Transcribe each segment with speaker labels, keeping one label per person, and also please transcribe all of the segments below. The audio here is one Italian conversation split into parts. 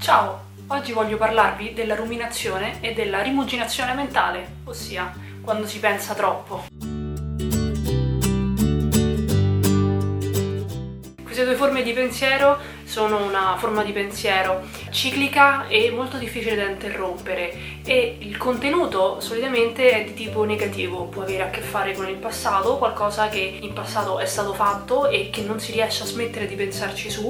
Speaker 1: Ciao! Oggi voglio parlarvi della ruminazione e della rimuginazione mentale, ossia quando si pensa troppo. Queste due forme di pensiero sono una forma di pensiero ciclica e molto difficile da interrompere e il contenuto solitamente è di tipo negativo, può avere a che fare con il passato, qualcosa che in passato è stato fatto e che non si riesce a smettere di pensarci su,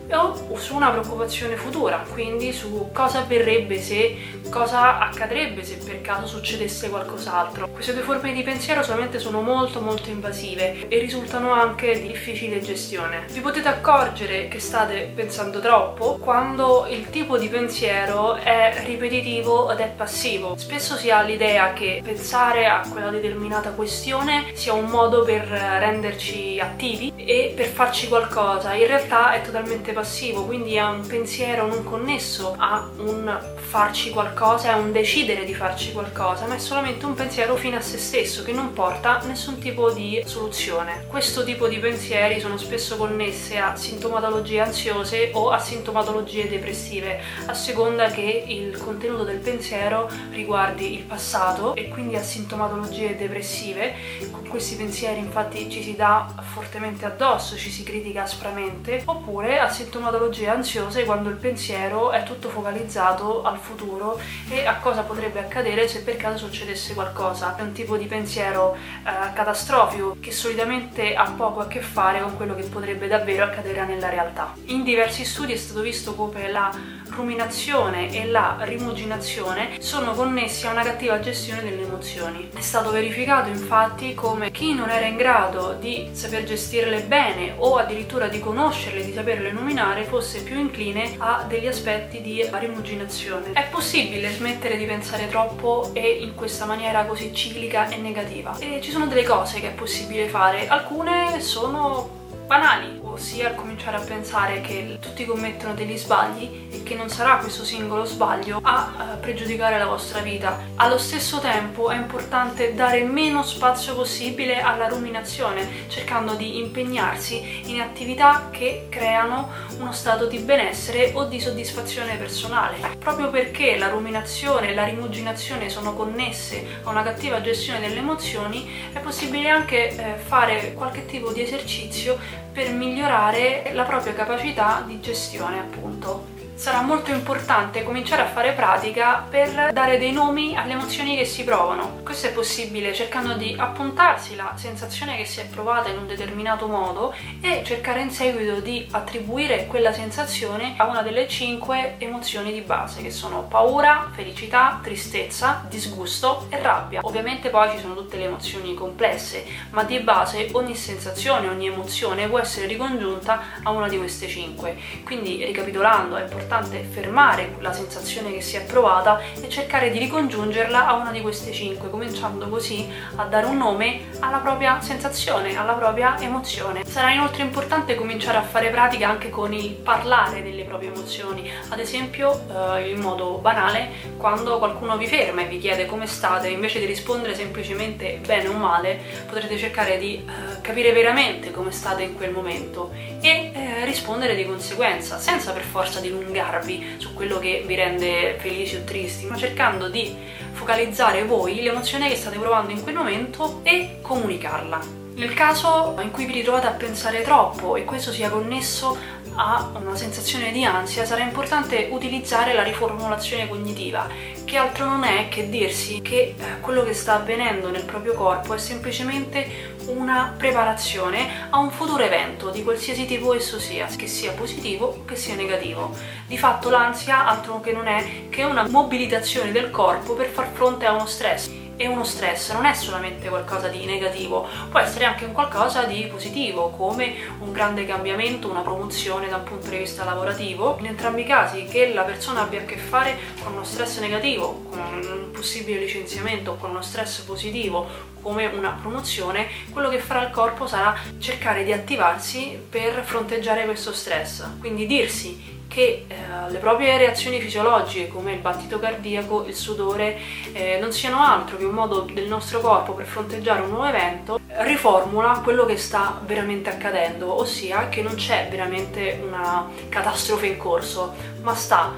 Speaker 1: o su una preoccupazione futura, quindi su cosa avverrebbe se, cosa accadrebbe se per caso succedesse qualcos'altro. Queste due forme di pensiero solamente sono molto invasive e risultano anche di difficile gestione. Vi potete accorgere che state pensando troppo quando il tipo di pensiero è ripetitivo ed è passivo. Spesso si ha l'idea che pensare a quella determinata questione sia un modo per renderci attivi e per farci qualcosa. In realtà è totalmente passivo, quindi è un pensiero non connesso a un farci qualcosa, è un decidere di farci qualcosa, ma è solamente un pensiero fine a se stesso che non porta nessun tipo di soluzione. Questo tipo di pensieri sono spesso connesse a sintomatologie ansiose o a sintomatologie depressive, a seconda che il contenuto del pensiero riguardi il passato, e quindi a sintomatologie depressive. Con questi pensieri infatti ci si dà fortemente addosso, ci si critica aspramente, oppure a sintomatologie ansiose quando il pensiero è tutto focalizzato al futuro e a cosa potrebbe accadere se per caso succedesse qualcosa. È un tipo di pensiero catastrofico che solitamente ha poco a che fare con quello che potrebbe davvero accadere nella realtà. In diversi studi è stato visto come la ruminazione e la rimuginazione sono connessi a una cattiva gestione delle emozioni. È stato verificato infatti come chi non era in grado di saper gestirle bene o addirittura di conoscerle, di saperle nominare, fosse più incline a degli aspetti di rimuginazione. È possibile smettere di pensare troppo e in questa maniera così ciclica e negativa? E ci sono delle cose che è possibile fare, alcune sono banali, ossia cominciare a pensare che tutti commettono degli sbagli e che non sarà questo singolo sbaglio a pregiudicare la vostra vita. Allo stesso tempo è importante dare meno spazio possibile alla ruminazione, cercando di impegnarsi in attività che creano uno stato di benessere o di soddisfazione personale. Proprio perché la ruminazione e la rimuginazione sono connesse a una cattiva gestione delle emozioni, è possibile anche fare qualche tipo di esercizio per migliorare la propria capacità di gestione, appunto. Sarà molto importante cominciare a fare pratica per dare dei nomi alle emozioni che si provano. Questo è possibile cercando di appuntarsi la sensazione che si è provata in un determinato modo e cercare in seguito di attribuire quella sensazione a una delle 5 emozioni di base, che sono paura, felicità, tristezza, disgusto e rabbia. Ovviamente poi ci sono tutte le emozioni complesse, ma di base ogni sensazione, ogni emozione può essere ricongiunta a una di queste 5. Quindi, ricapitolando, è importante fermare la sensazione che si è provata e cercare di ricongiungerla a una di queste 5, cominciando così a dare un nome alla propria sensazione, alla propria emozione. Sarà inoltre importante cominciare a fare pratica anche con il parlare delle proprie emozioni, ad esempio in modo banale, quando qualcuno vi ferma e vi chiede come state, invece di rispondere semplicemente bene o male, potrete cercare di capire veramente come state in quel momento e rispondere di conseguenza, senza per forza dilungarvi su quello che vi rende felici o tristi, ma cercando di focalizzare voi l'emozione che state provando in quel momento e comunicarla. Nel caso in cui vi ritrovate a pensare troppo e questo sia connesso a una sensazione di ansia, sarà importante utilizzare la riformulazione cognitiva, che altro non è che dirsi che quello che sta avvenendo nel proprio corpo è semplicemente una preparazione a un futuro evento di qualsiasi tipo esso sia, che sia positivo o che sia negativo. Di fatto l'ansia altro che non è che una mobilitazione del corpo per far fronte a uno stress. E uno stress non è solamente qualcosa di negativo, può essere anche un qualcosa di positivo, come un grande cambiamento, una promozione da un punto di vista lavorativo. In entrambi i casi, che la persona abbia a che fare con uno stress negativo, con un possibile licenziamento, o con uno stress positivo come una promozione, quello che farà il corpo sarà cercare di attivarsi per fronteggiare questo stress. Quindi dirsi che le proprie reazioni fisiologiche, come il battito cardiaco, il sudore, non siano altro che un modo del nostro corpo per fronteggiare un nuovo evento, riformula quello che sta veramente accadendo, ossia che non c'è veramente una catastrofe in corso, ma sta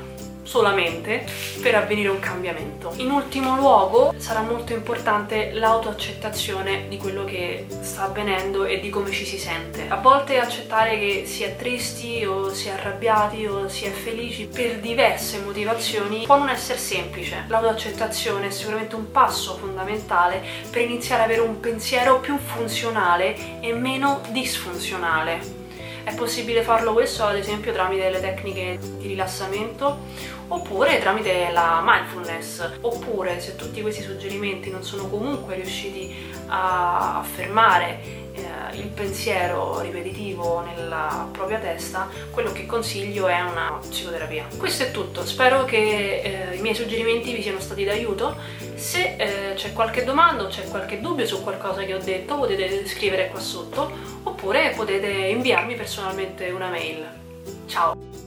Speaker 1: solamente per avvenire un cambiamento. In ultimo luogo sarà molto importante l'autoaccettazione di quello che sta avvenendo e di come ci si sente. A volte accettare che si è tristi o si è arrabbiati o si è felici per diverse motivazioni può non essere semplice. L'autoaccettazione è sicuramente un passo fondamentale per iniziare ad avere un pensiero più funzionale e meno disfunzionale. È possibile farlo questo ad esempio tramite le tecniche di rilassamento oppure tramite la mindfulness, oppure se tutti questi suggerimenti non sono comunque riusciti a fermare il pensiero ripetitivo nella propria testa, quello che consiglio è una psicoterapia. Questo è tutto, spero che i miei suggerimenti vi siano stati d'aiuto. Se c'è qualche domanda o c'è qualche dubbio su qualcosa che ho detto, potete scrivere qua sotto oppure potete inviarmi personalmente una mail. Ciao!